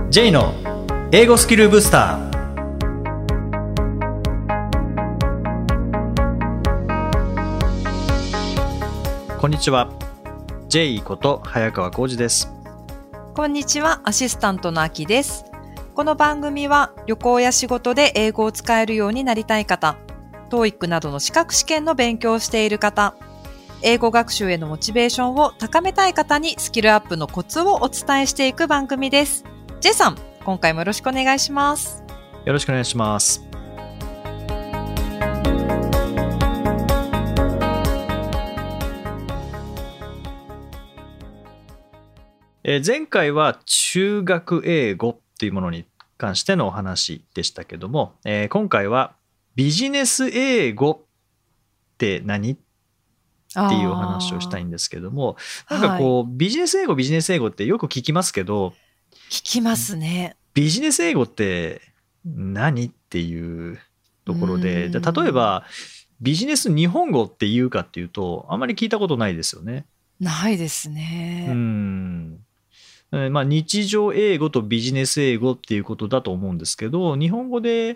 J の英語スキルブスター。こんにちは、 J こと早川浩二です。 こんにちは、アシスタントのあきです。この番組は旅行や仕事で英語を使えるようになりたい方、TOEIC などの資格試験の勉強をしている方、英語学習へのモチベーションを高めたい方にスキルアップのコツをお伝えしていく番組です。 J さん、今回もよろしくお願いします。 よろしくお願いします。前回は中学英語っていうものに関してのお話でしたけども、今回はビジネス英語って何っていうお話をしたいんですけども、なんかこう、ビジネス英語ってよく聞きますけど、 聞きますね。 ビジネス英語って何っていうところで、じゃあ例えばビジネス日本語っていうかっていうとあまり聞いたことないですよね。 ないですね。 まあ、日常英語とビジネス英語っていうことだと思うんですけど、日本語で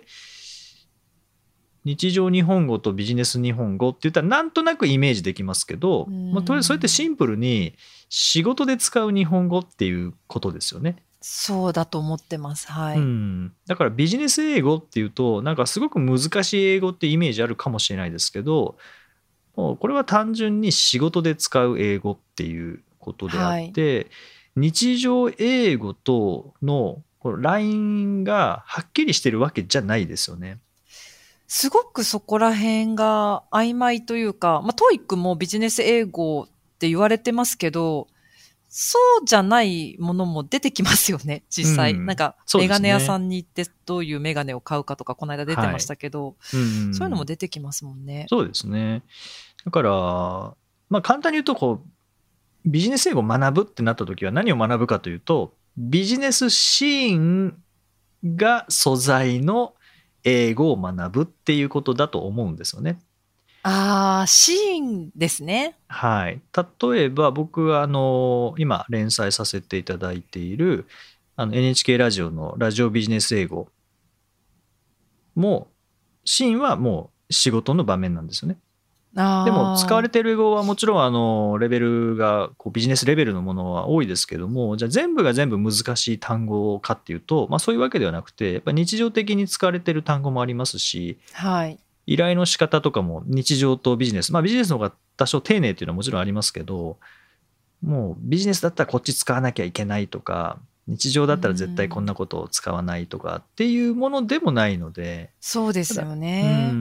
日常日本語とビジネス日本語って言ったらなんとなくイメージできますけど、まあ、とりあえずそれってシンプルに仕事で使う日本語っていうことですよね。 そうだと思ってます。はい。 だからビジネス英語っていうとなんかすごく難しい英語ってイメージあるかもしれないですけど、もうこれは単純に仕事で使う英語っていうことであって、日常英語とのこのラインがはっきりしてるわけじゃないですよね。 すごくそこら辺が曖昧というか、TOEIC もビジネス英語って言われてますけど、そうじゃないものも出てきますよね、実際。なんか、メガネ屋さんに行ってどういうメガネを買うかとか、この間出てましたけど、そういうのも出てきますもんね。 そうですね。だから、まあ簡単に言うとこう、ビジネス英語を学ぶってなった時は何を学ぶかというと、ビジネスシーンが素材の英語を学ぶっていうことだと思うんですよね。 シーンですね。 はい。例えば僕は今連載させていただいているNHK ラジオのラジオビジネス英語もシーンはもう仕事の場面なんですよね。でも使われている英語はもちろんレベルがこうビジネスレベルのものは多いですけども、じゃあ全部が全部難しい単語かっていうと、まあそういうわけではなくて、やっぱり日常的に使われている単語もありますし、依頼の仕方とかも日常とビジネス、まあビジネスの方が多少丁寧っていうのはもちろんありますけど、もうビジネスだったらこっち使わなきゃいけないとか、日常だったら絶対こんなことを使わないとかっていうものでもないので。 そうですよね。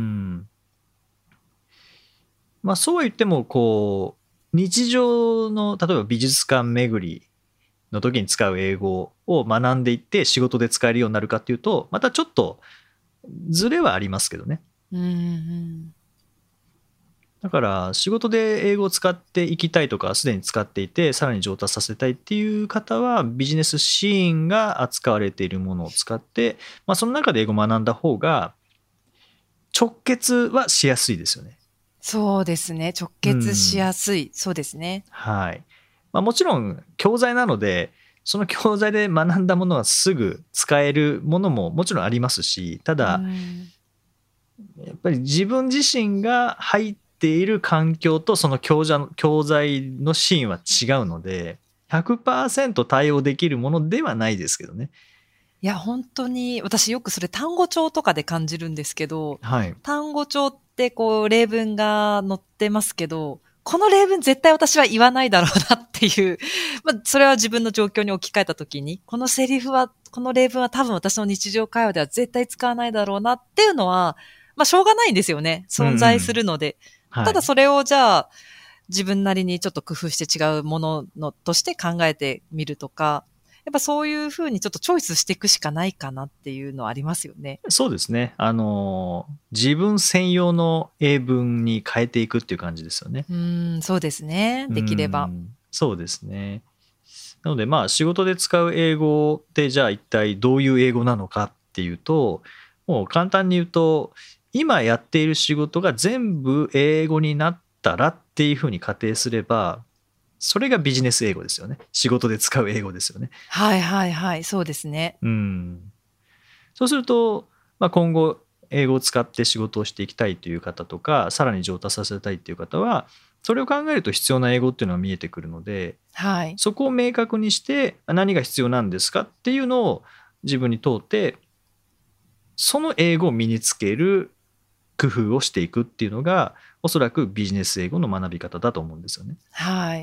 まあそうは言ってもこう日常の例えば美術館巡りの時に使う英語を学んでいって仕事で使えるようになるかっていうとまたちょっとズレはありますけどね。だから仕事で英語を使っていきたいとかすでに使っていてさらに上達させたいっていう方はビジネスシーンが扱われているものを使って、まあ、その中で英語を学んだ方が直結はしやすいですよね。 そうですね。直結しやすい。そうですね。 はい。まあ、もちろん教材なのでその教材で学んだものはすぐ使えるものももちろんありますし、ただやっぱり自分自身が入っている環境とその教材のシーンは違うので 100% 対応できるものではないですけどね。 いや本当に私よくそれ単語帳とかで感じるんですけど、単語帳ってこう例文が載ってますけど、この例文絶対私は言わないだろうなっていう、それは自分の状況に置き換えたときに、この例文は多分私の日常会話では絶対使わないだろうなっていうのは、しょうがないんですよね。存在するので。ただそれをじゃあ、自分なりにちょっと工夫して違うものとして考えてみるとか、やっぱそういうふうにちょっとチョイスしていくしかないかなっていうのはありますよね。 そうですね。自分専用の英文に変えていくっていう感じですよね。 そうですね。できれば。 そうですね。なのでまあ仕事で使う英語ってじゃあ一体どういう英語なのかっていうと、もう簡単に言うと今やっている仕事が全部英語になったらっていうふうに仮定すればそれがビジネス英語ですよね。仕事で使う英語ですよね。 はいはいはい。そうですね。 そうすると、今後英語を使って仕事をしていきたいという方とか、さらに上達させたいという方は、それを考えると必要な英語っていうのが見えてくるので、 はい。 そこを明確にして何が必要なんですかっていうのを自分に問うて、その英語を身につける工夫をしていくっていうのが、おそらくビジネス英語の学び方だと思うんですよね。 はい。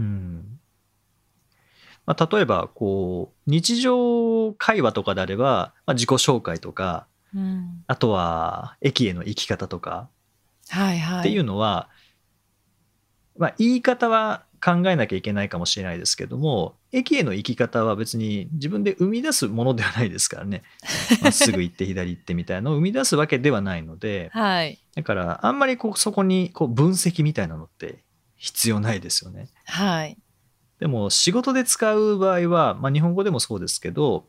例えば日常会話とかであれば、自己紹介とか、あとは駅への行き方とかっていうのは、言い方は考えなきゃいけないかもしれないですけども、駅への行き方は別に自分で生み出すものではないですからね。まっすぐ行って左行ってみたいなのを生み出すわけではないので、 はい。 だからあんまりそこに分析みたいなのって必要ないですよね。 はい。 でも仕事で使う場合は、日本語でもそうですけど、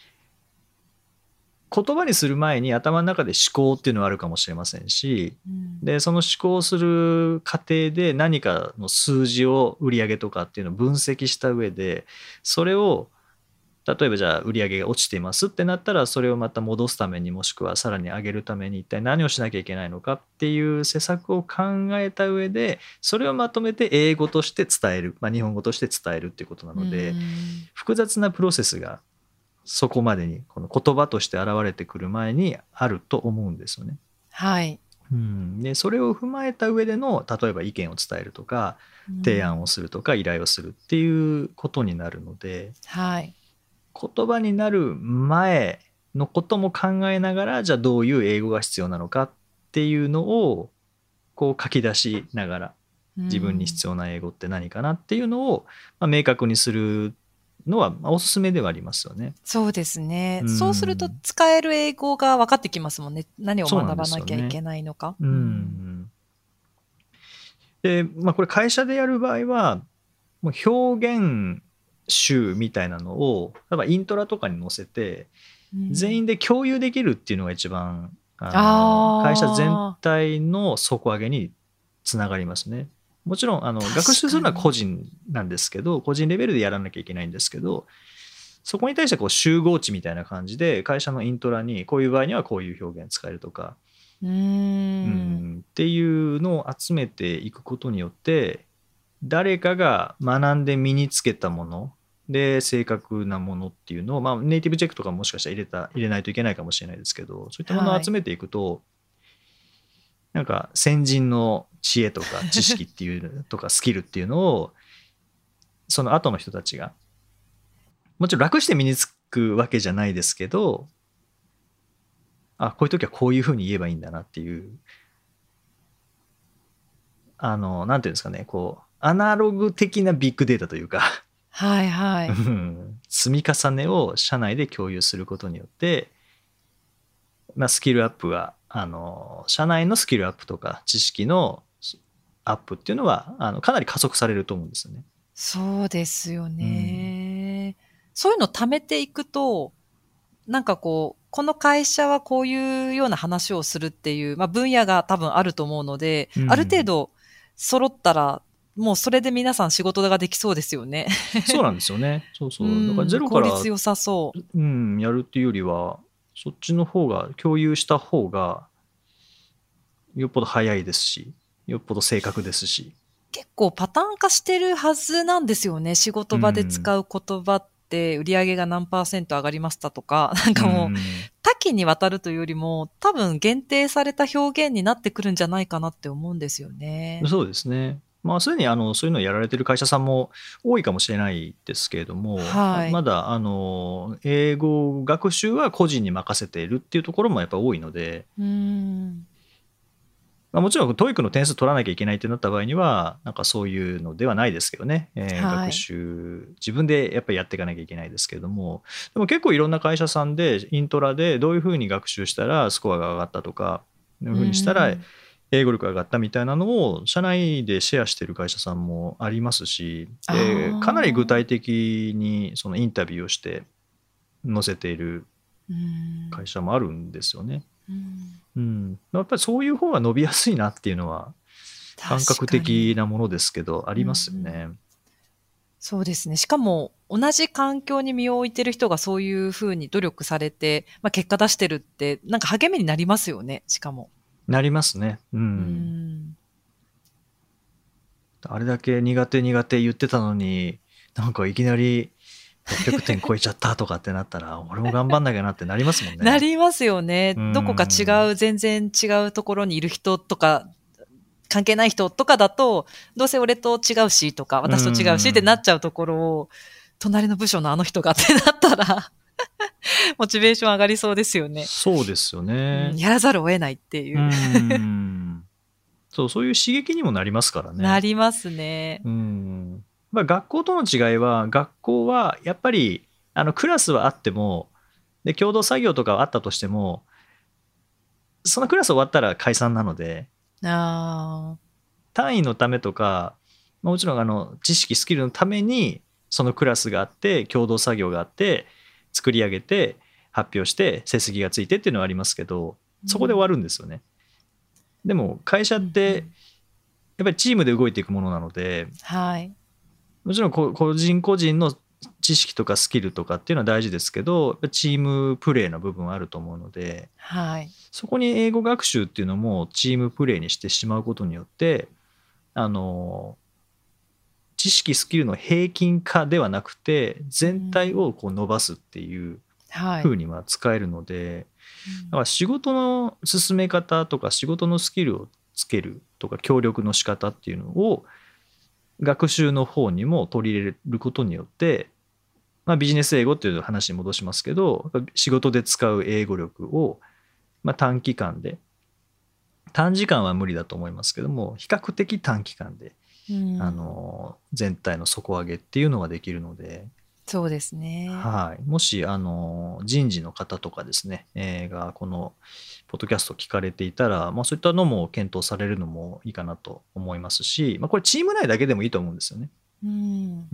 言葉にする前に頭の中で思考っていうのはあるかもしれませんし、でその思考する過程で何かの数字を売上とかっていうのを分析した上で、それを例えばじゃあ売上が落ちていますってなったら、それをまた戻すためにもしくはさらに上げるために一体何をしなきゃいけないのかっていう施策を考えた上で、それをまとめて英語として伝える、日本語として伝えるっていうことなので、複雑なプロセスがそこまでにこの言葉として現れてくる前にあると思うんですよね。 はい。 でそれを踏まえた上での、例えば意見を伝えるとか提案をするとか依頼をするっていうことになるので、 はい。 言葉になる前のことも考えながら、じゃあどういう英語が必要なのかっていうのを書き出しながら、自分に必要な英語って何かなっていうのを明確にするのはおすすめではありますよね。 そうですね。そうすると使える英語が分かってきますもんね。何を学ばなきゃいけないのか。 で、これ会社でやる場合は、もう表現集みたいなのを例えばイントラとかに載せて、全員で共有できるっていうのが一番会社全体の底上げにつながりますね。もちろん学習するのは個人なんですけど、個人レベルでやらなきゃいけないんですけど、そこに対して集合値みたいな感じで会社のイントラにこういう場合にはこういう表現使えるとかっていうのを集めていくことによって、誰かが学んで身につけたもので正確なものっていうのを、ネイティブチェックとかもしかしたら入れないといけないかもしれないですけど、そういったものを集めていくと、なんか先人の知恵とか知識っていうとかスキルっていうのをその後の人たちがもちろん楽して身につくわけじゃないですけど、こういう時はこういうふうに言えばいいんだなっていう、なんていうんですかね、アナログ的なビッグデータというかはいはい。 積み重ねを社内で共有することによって、スキルアップは社内のスキルアップとか知識のアップっていうのはかなり加速されると思うんですよね。 そうですよね。そういうのを貯めていくと、なんかこの会社はこういうような話をするっていう、分野が多分あると思うので、ある程度揃ったら、もうそれで皆さん仕事ができそうですよね。 そうなんですよね。そうそう。だからゼロから効率良さそう。 やるっていうよりは、そっちの方が共有した方がよっぽど早いですし、よっぽど正確ですし。 結構パターン化してるはずなんですよね。仕事場で使う言葉って売上が何%上がりましたとか、なんかもう多岐にわたるというよりも多分限定された表現になってくるんじゃないかなって思うんですよね。 そうですね。すでにそういうのをやられてる会社さんも多いかもしれないですけれども、まだ英語学習は個人に任せているっていうところもやっぱ多いので、もちろん TOEIC の点数取らなきゃいけないってなった場合にはなんかそういうのではないですけどね、学習自分でやっぱりやっていかなきゃいけないですけれども、でも結構いろんな会社さんでイントラでどういうふうに学習したらスコアが上がったとか、どういうふうにしたら英語力が上がったみたいなのを社内でシェアしている会社さんもありますし、でかなり具体的にそのインタビューをして載せている会社もあるんですよね。やっぱりそういう方が伸びやすいなっていうのは感覚的なものですけどありますよね。 そうですね。しかも、同じ環境に身を置いてる人がそういうふうに努力されて、まあ、結果出してるって、なんか励みになりますよね、しかも。 なりますね。ううーん。 ん。 あれだけ苦手苦手言ってたのに、なんかいきなり600点超えちゃったとかってなったら、俺も頑張んなきゃなってなりますもんね。 なりますよね。 うどこか違ん。 う、全然違うところにいる人とか、関係ない人とかだと、どうせ俺と違うしとか、 う私と違うしってなっん。 ちゃうところを、隣の部署のあの人がってなったら、モチベーション上がりそうですよね。 そうですようん、 ね。 やらざるを得ないっていうう。 ん。そういう刺激にもなりますからなね。 りますね。 うん。まあ、学校との違いは、学校はやっぱり、クラスはあっても、で、共同作業とかはあったとしても、そのクラス終わったら解散なので、 ああ。 単位のためとか、もちろん知識、スキルのために、そのクラスがあって、共同作業があって、作り上げて、発表して、成績がついてっていうのはありますけど、そこで終わるんですよね。でも、会社って、やっぱりチームで動いていくものなので、 はい。 もちろん個人個人の知識とかスキルとかっていうのは大事ですけど、チームプレーの部分はあると思うので、 はい。 そこに英語学習っていうのもチームプレーにしてしまうことによって、知識スキルの平均化ではなくて、全体をこう伸ばすっていうはい。 風には使えるので、だから仕事の進め方とか仕事のスキルをつけるとか協力の仕方っていうのを学習の方にも取り入れることによって、まあ、ビジネス英語っていう話に戻しますけど、仕事で使う英語力を、まあ、短期間で、短時間は無理だと思いますけども、比較的短期間で、 うん、 全体の底上げっていうのができるので、 そうですね。 はい、もし人事の方とかですね、がこのポッドキャスト聞かれていたら、まあ、そういったのも検討されるのもいいかなと思いますし、まあ、これチーム内だけでもいいと思うんですよね。 うん。 うん。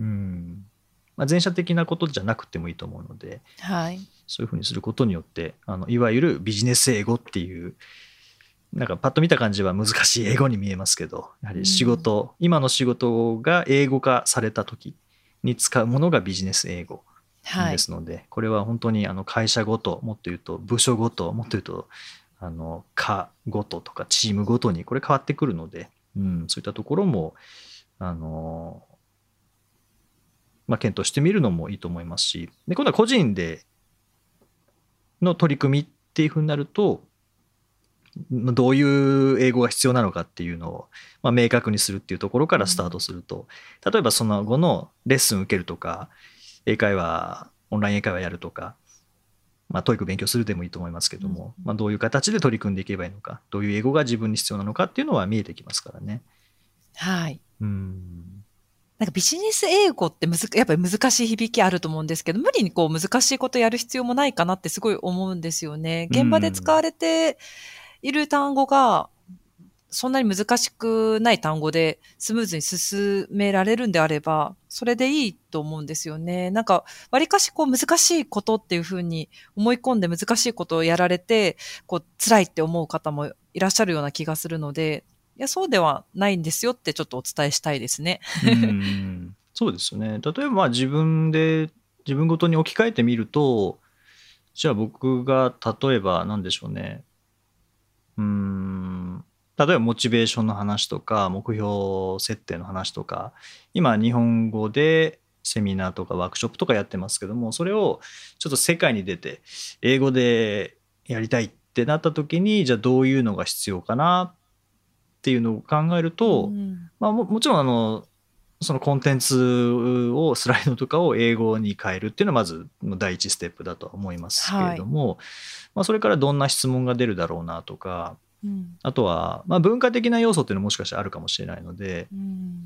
まあ、前者的なことじゃなくてもいいと思うので、 はい。 そういうふうにすることによって、いわゆるビジネス英語っていう、なんかパッと見た感じは難しい英語に見えますけど、やはり仕うん。 事、今の仕事が英語化された時に使うものがビジネス英語はい。 ですので、これは本当に会社ごと、もっと言うと部署ごと、もっと言うと課ごととかチームごとにこれ変わってくるので、うん、そういったところも、あの、まあ、検討してみるのもいいと思いますし、で、今度は個人での取り組みっていうふうになると、どういう英語が必要なのかっていうのを、まあ、明確にするっていうところからスタートすると、例えばその後のレッスン受けるとか、英会話、オンライン英会話やるとか、まあ、トイック勉強するでもいいと思いますけども、まあ、どういう形で取り組んでいけばいいのか、どういう英語が自分に必要なのかっていうのは見えてきますからね。 はい。 うん。 なんかビジネス英語ってやっぱり難しい響きあると思うんですけど、無理にこう難しいことやる必要もないかなってすごい思うんですよね。 う現場で使わん。 れている単語が、そんなに難しくない単語でスムーズに進められるんであれば、それでいいと思うんですよね。なんか、わりかしこう難しいことっていうふうに思い込んで難しいことをやられて、こう辛いって思う方もいらっしゃるような気がするので、いや、そうではないんですよってちょっとお伝えしたいですね。 うん。そうですよね。例えばまあ自分ごとに置き換えてみると、じゃあ僕が例えば何でしょうね。うーん、例えばモチベーションの話とか、目標設定の話とか、今日本語でセミナーとかワークショップとかやってますけども、それをちょっと世界に出て、英語でやりたいってなった時に、じゃあどういうのが必要かなっていうのを考えるうと、 ん、 まあもちろんそのコンテンツを、スライドとかを英語に変えるっていうのはまず第一ステップだとは思いますけれはい。 ども、まあ、それからどんな質問が出るだろうなとか、 うん、 あとは、まあ、文化的な要素っていうのももしかしたらあるかもしれないので、 うん、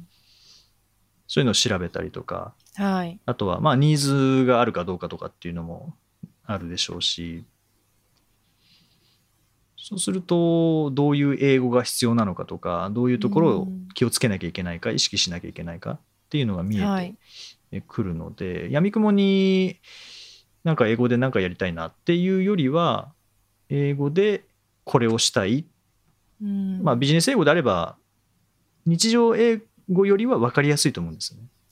そういうのを調べたりとか、 はい。 あとは、まあ、ニーズがあるかどうかとかっていうのもあるでしょうし、そうすると、どういう英語が必要なのかとか、どういううところをん、 気をつけなきゃいけないか、意識しなきゃいけないかっていうのが見えてはい。 くるので、やみくもになんか英語で何かやりたいなっていうよりは、英語でこれをしたい。 うまあ、ビん、 ジネス英語であれば、日常英語よりは分かりやすいと思うんですよね。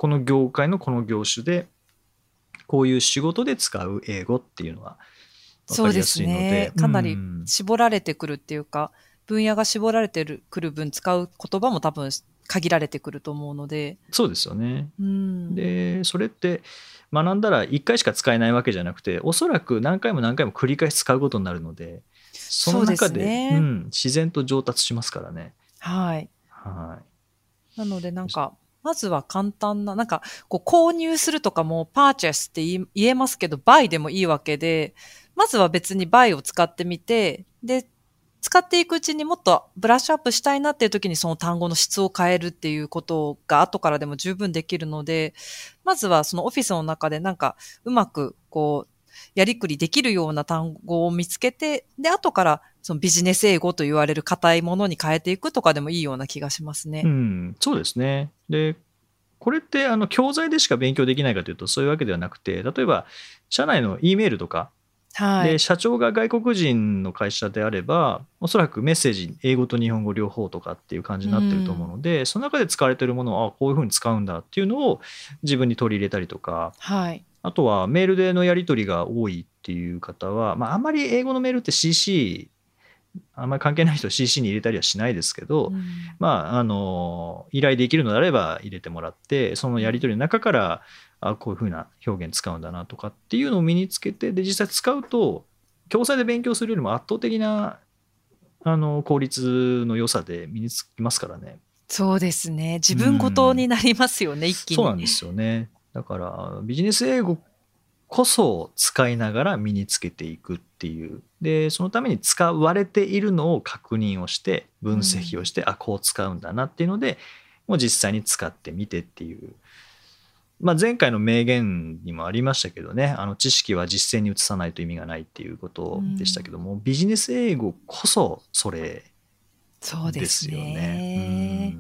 この業界のこの業種でこういう仕事で使う英語っていうのは分かりやすいので、 そうですね、かなり絞られてくるっていうか、分野が絞られてくる分使う言葉も多分限られてくると思うので。 そうですよね。でそれって学んだら1回しか使えないわけじゃなくて、おそらく何回も何回も繰り返し使うことになるので、その中で、自然と上達しますからね。 はい。なのでなんかまずは簡単な、なんかこう購入するとかもパーチェスって言えますけど、バイでもいいわけで、まずは別にバイを使ってみて、で使っていくうちにもっとブラッシュアップしたいなっていう時にその単語の質を変えるっていうことが後からでも十分できるので、まずはそのオフィスの中でなんかうまくこうやりくりできるような単語を見つけて、で後からそのビジネス英語と言われる硬いものに変えていくとかでもいいような気がしますね。 そうですね。でこれって教材でしか勉強できないかというとそういうわけではなくて、例えば社内の E メールとかで社長が外国人の会社であれば、おそらくメッセージ英語と日本語両方とかっていう感じになってると思うので、その中で使われてるものをこういうふうに使うんだっていうのを自分に取り入れたりとか、あとはメールでのやり取りが多いっていう方は、あんまり英語のメールって CC あんまり関係ない人を CC に入れたりはしないですけど、依頼できるのであれば入れてもらって、そのやり取りの中からこういうふうな表現使うんだなとかっていうのを身につけて、で実際使うと教材で勉強するよりも圧倒的な効率の良さで身につきますからね。 そうですね。自分ごとになりますよね、一気に。 そうなんですよね。だからビジネス英語こそ使いながら身につけていくっていう。でそのために使われているのを確認をして分析をして、こう使うんだなっていうのでもう実際に使ってみてっていう。前回の名言にもありましたけどね、知識は実践に移さないと意味がないっていうことでしたけども、ビジネス英語こそそれですよね。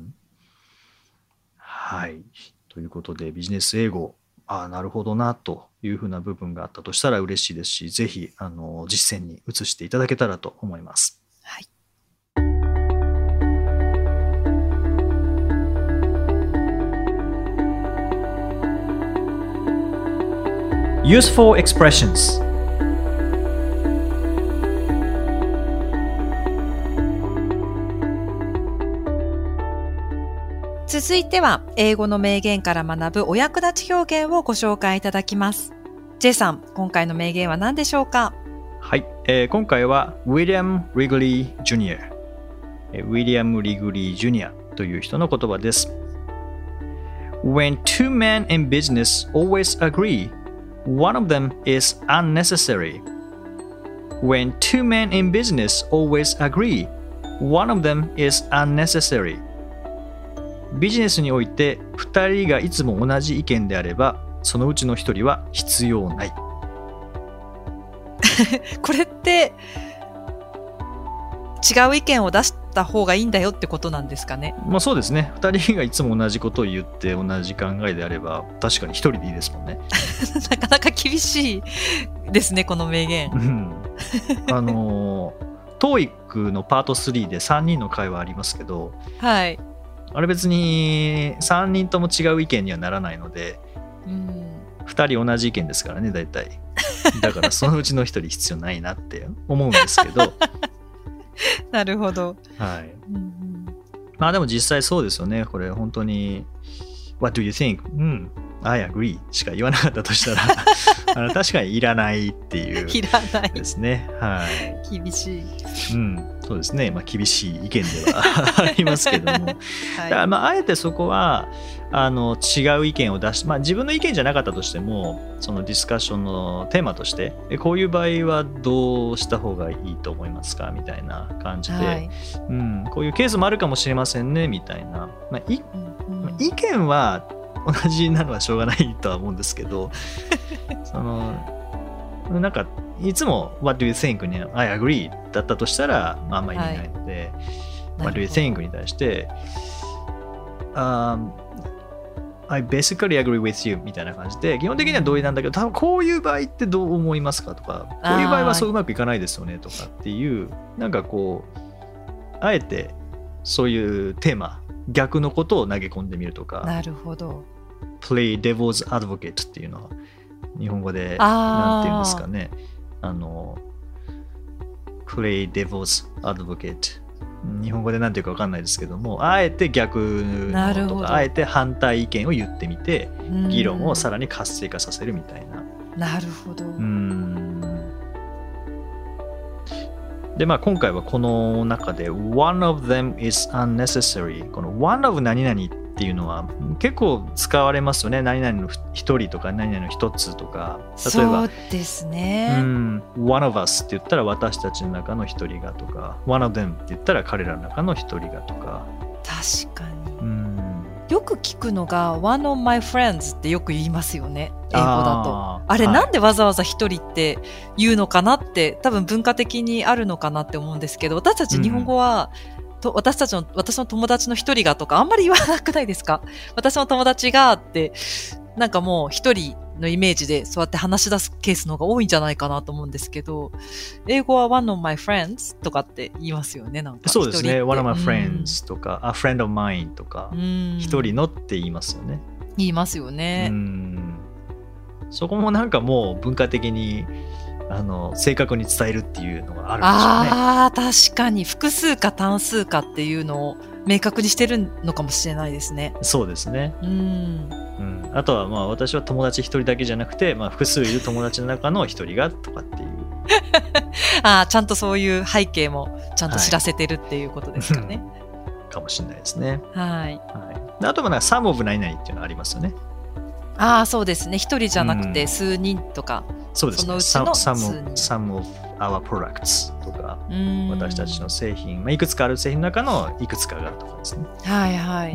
はい。ということでビジネス英語、なるほどなというふうな部分があったとしたら嬉しいですし、ぜひ実践に移していただけたらと思います。 はい。 Useful expressions。 続いては英語の名言から学ぶお役立ち表現をご紹介いただきます。J さん、今回の名言は何でしょうか？ はい、今回はウィリアム・リグリー・ジュニア、ウィリアム・リグリー・ジュニアという人の言葉です。When two men in business always agree, one of them is unnecessary. When two men in business always agree, one of them is unnecessary. ビジネスにおいて2人がいつも同じ意見であれば、そのうちの1人は必要ない。 これって違う意見を出した方がいいんだよってことなんですかね。 そうですね。2人がいつも同じことを言って同じ考えであれば、確かに1人でいいですもんね。 なかなか厳しいですね、この名言。 TOEIC のパート3で3人の会話ありますけど、 はい。 あれ別に3人とも違う意見にはならないので、2人同じ意見ですからね、大体。だからそのうちの1人必要ないなって思うんですけど。 なるほど。 はい。でも実際そうですよね。これ本当に What do you think? I agree しか言わなかったとしたら確かにいらないっていういらないですね。はい。 厳しい。 そうですね。厳しい意見ではありますけども、だからあえてそこは違う意見を出して、自分の意見じゃなかったとしても、そのディスカッションのテーマとして、こういう場合はどうした方がいいと思いますかみたいな感じで、こういうケースもあるかもしれませんねみたいな、意見は同じなのはしょうがないとは思うんですけどなんかいつも What do you think に I agree だったとしたら、あんまり意味ないので、What do you think に対して、I basically agree with you みたいな感じで、基本的には同意なんだけど、多分こういう場合ってどう思いますかとか、こういう場合はそううまくいかないですよねとかっていう、なんかこうあえてそういうテーマ、逆のことを投げ込んでみるとか。 なるほど。 play devil's advocate っていうのは日本語でなんていうんですかね、play devil's advocate、日本語でなんていうか分かんないですけども、あえて逆のとかあえて反対意見を言ってみて議論をさらに活性化させるみたいな。 なるほど。 で今回はこの中で one of them is unnecessary、 この one of 何々っていうのは結構使われますよね。何々の一人とか何々の一つとか、例えばそうですね、 one of us って言ったら私たちの中の一人がとか、 one of them って言ったら彼らの中の一人がとか。 確かに、よく聞くのが one of my friends ってよく言いますよね、英語だと。あれ、なんでわざわざ一人って言うのかなって、多分文化的にあるのかなって思うんですけど、私たち日本語は、私の友達の一人がとかあんまり言わなくないですか？私の友達がって、なんかもう一人のイメージでそうやって話し出すケースの方が多いんじゃないかなと思うんですけど、英語は one of my friends とかって言いますよね。なんかそうですね、one of my friends とか、a friend of mine とか、一人のって言いますよね。 言いますよね。 そこもなんかもう文化的に正確に伝えるっていうのがあるんでしょうね。 確かに複数か単数かっていうのを明確にしてるのかもしれないですね。 そうですね。あとは私は友達一人だけじゃなくて、複数いる友達の中の一人がとかっていうちゃんとそういう背景もちゃんと知らせてるっていうことですかね。 かもしれないですね。 はい。 あとはsome of 何々っていうのがありますよね。 そうですね。一人じゃなくて数人とか、 そうですね。 そのうちの数人。 some of our products とか、私たちの製品、いくつかある製品の中のいくつかがとかですね。 はいはい。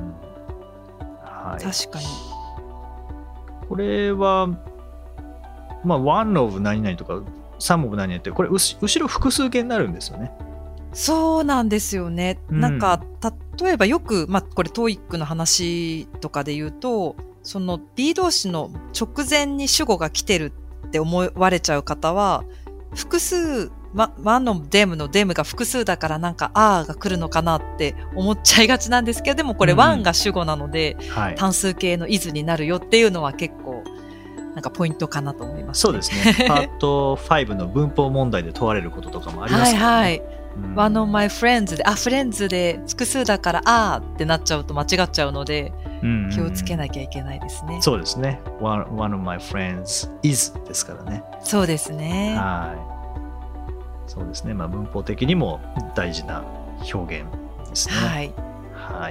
確かに。 これは、one of 何々とか、some of 何々って、これ後ろ複数形になるんですよね。 そうなんですよね。なんか、例えばよく、これ TOEIC の話とかで言うと、その B 動詞の直前に主語が来てるって思われちゃう方は、複数、one of them の them が複数だからなんかが来るのかなって思っちゃいがちなんですけど、でもこれ one が主語なので、単数形の is になるよっていうのは結構なんかポイントかなと思います、ね。 そうですね。パート5の文法問題で問われることとかもありますからね。 one of my friends で、friends で複数だからってなっちゃうと間違っちゃうので、気をつけなきゃいけないですね。 そうですね。one of my friends is ですからね。 そうですね。 そうですね。文法的にも大事な表現ですね。はい。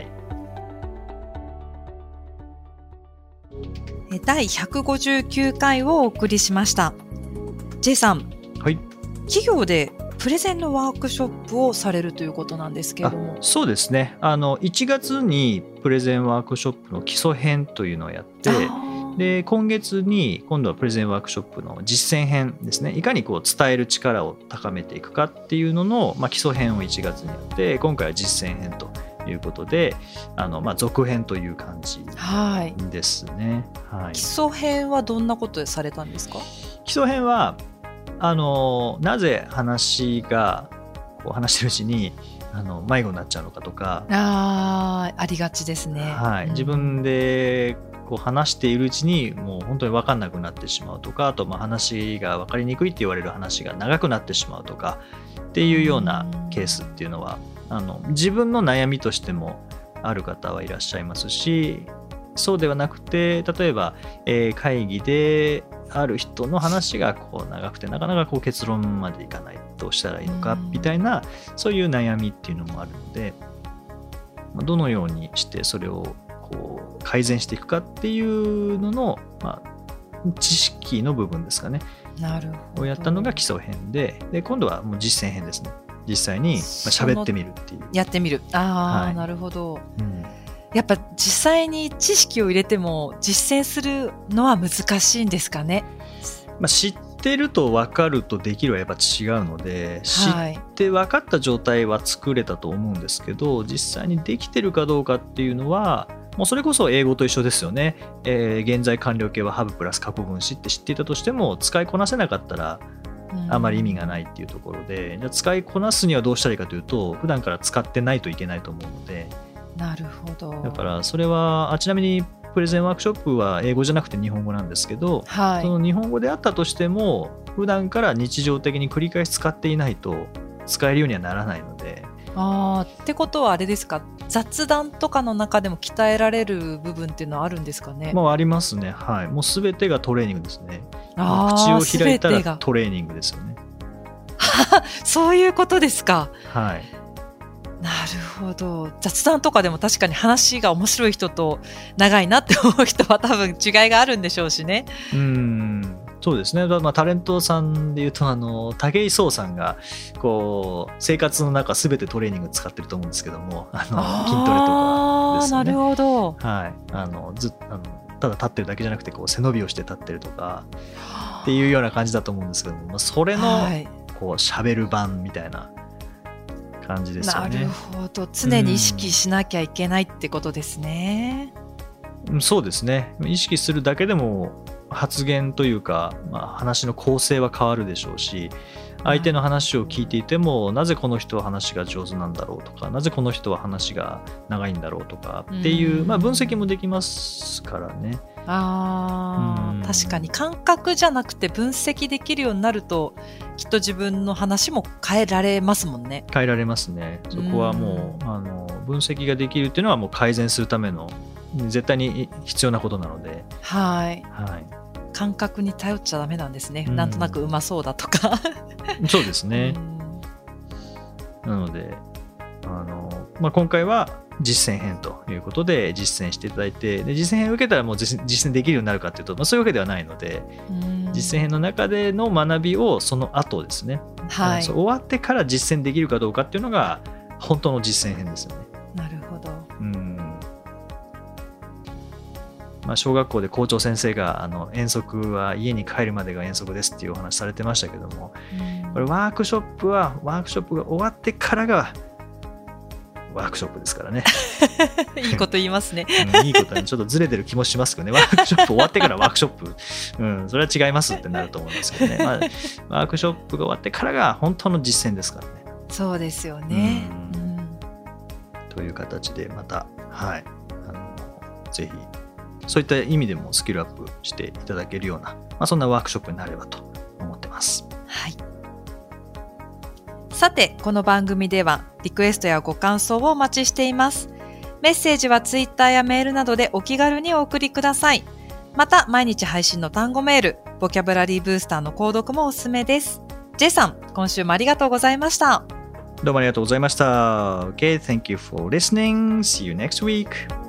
第159回をお送りしました。J さん。 はい。 企業でプレゼンのワークショップをされるということなんですけれども。 そうですね。1月にプレゼンワークショップの基礎編というのをやって、で今月に今度はプレゼンワークショップの実践編ですね。いかに伝える力を高めていくかっていうのの、基礎編を1月にやって、今回は実践編ということで、続編という感じですね。 基礎編はどんなことでされたんですか？ 基礎編はなぜ話してるうちに迷子になっちゃうのかとか、 ありがちですね。 自分で話しているうちにもう本当に分かんなくなってしまうとか、あと話が分かりにくいって言われる話が長くなってしまうとかっていうようなケースっていうのは自分の悩みとしてもある方はいらっしゃいますし、そうではなくて例えば、会議である人の話が長くてなかなか結論までいかない、どうしたらいいのかみたいな、そういう悩みっていうのもあるので、どのようにしてそれを改善していくかっていうのの、知識の部分ですかね。 なるほど。 をやったのが基礎編で、今度はもう実践編ですね。実際に喋ってみるっていう。 やってみる。なるほど。やっぱ実際に知識を入れても実践するのは難しいんですかね。 知ってると分かるとできるはやっぱ違うので、知って分かった状態は作れたと思うんですけど、実際にできてるかどうかっていうのはもうそれこそ英語と一緒ですよね。現在完了形は have プラス過去分詞って知っていたとしても使いこなせなかったらあまり意味がないっていうところで、じゃあ使いこなすにはどうしたらいいかというと、普段から使ってないといけないと思うので。 なるほど。 だからそれはちなみにプレゼンワークショップは英語じゃなくて日本語なんですけど、 はい、 その日本語であったとしても普段から日常的に繰り返し使っていないと使えるようにはならないので。 ってことはあれですか、雑談とかの中でも鍛えられる部分っていうのはあるんですかね。 ありますね。はい。もう全てがトレーニングですね。口を開いたらトレーニングですよね。 そういうことですか。 はい。 なるほど。雑談とかでも確かに話が面白い人と長いなって思う人は多分違いがあるんでしょうしね。 そうですね。タレントさんでいうと武井壮さんがこう生活の中すべてトレーニング使ってると思うんですけども、筋トレとかですね。 なるほど。 はい。ただ立ってるだけじゃなくてこう背伸びをして立ってるとかっていうような感じだと思うんですけども、それのこう喋る版みたいな感じですよね。 なるほど。常に意識しなきゃいけないってことですね。 そうですね。意識するだけでも発言というか、話の構成は変わるでしょうし、相手の話を聞いていても、なぜこの人は話が上手なんだろうとか、なぜこの人は話が長いんだろうとかっていう、分析もできますからね。 確かに感覚じゃなくて分析できるようになると、きっと自分の話も変えられますもんね。 変えられますね。そこはもう分析ができるっていうのはもう改善するための絶対に必要なことなので。 はい。感覚に頼っちゃダメなんですね。なんとなくうまそうだとか。 そうですね。なので今回は実践編ということで実践していただいて、で実践編を受けたらもう実践できるようになるかというと、そういうわけではないので、実践編の中での学びをその後ですね、終わってから実践できるかどうかっていうのが本当の実践編ですよね。 なるほど。 小学校で校長先生が遠足は家に帰るまでが遠足ですっていうお話されてましたけども、これワークショップが終わってからがワークショップですからね。 いいこと言いますね。 いいことはちょっとずれてる気もしますけどね。ワークショップ終わってからワークショップ、それは違いますってなると思いますけどね。ワークショップが終わってからが本当の実践ですからね。 そうですよね。 という形でまた、ぜひそういった意味でもスキルアップしていただけるような、そんなワークショップになればと思ってます。 はい。さて、この番組ではリクエストやご感想をお待ちしています。メッセージはツイッターやメールなどでお気軽にお送りください。また、毎日配信の単語メール、ボキャブラリーブースターの購読もおすすめです。J さん、今週もありがとうございました。 どうもありがとうございました。Okay, thank you for listening. See you next week.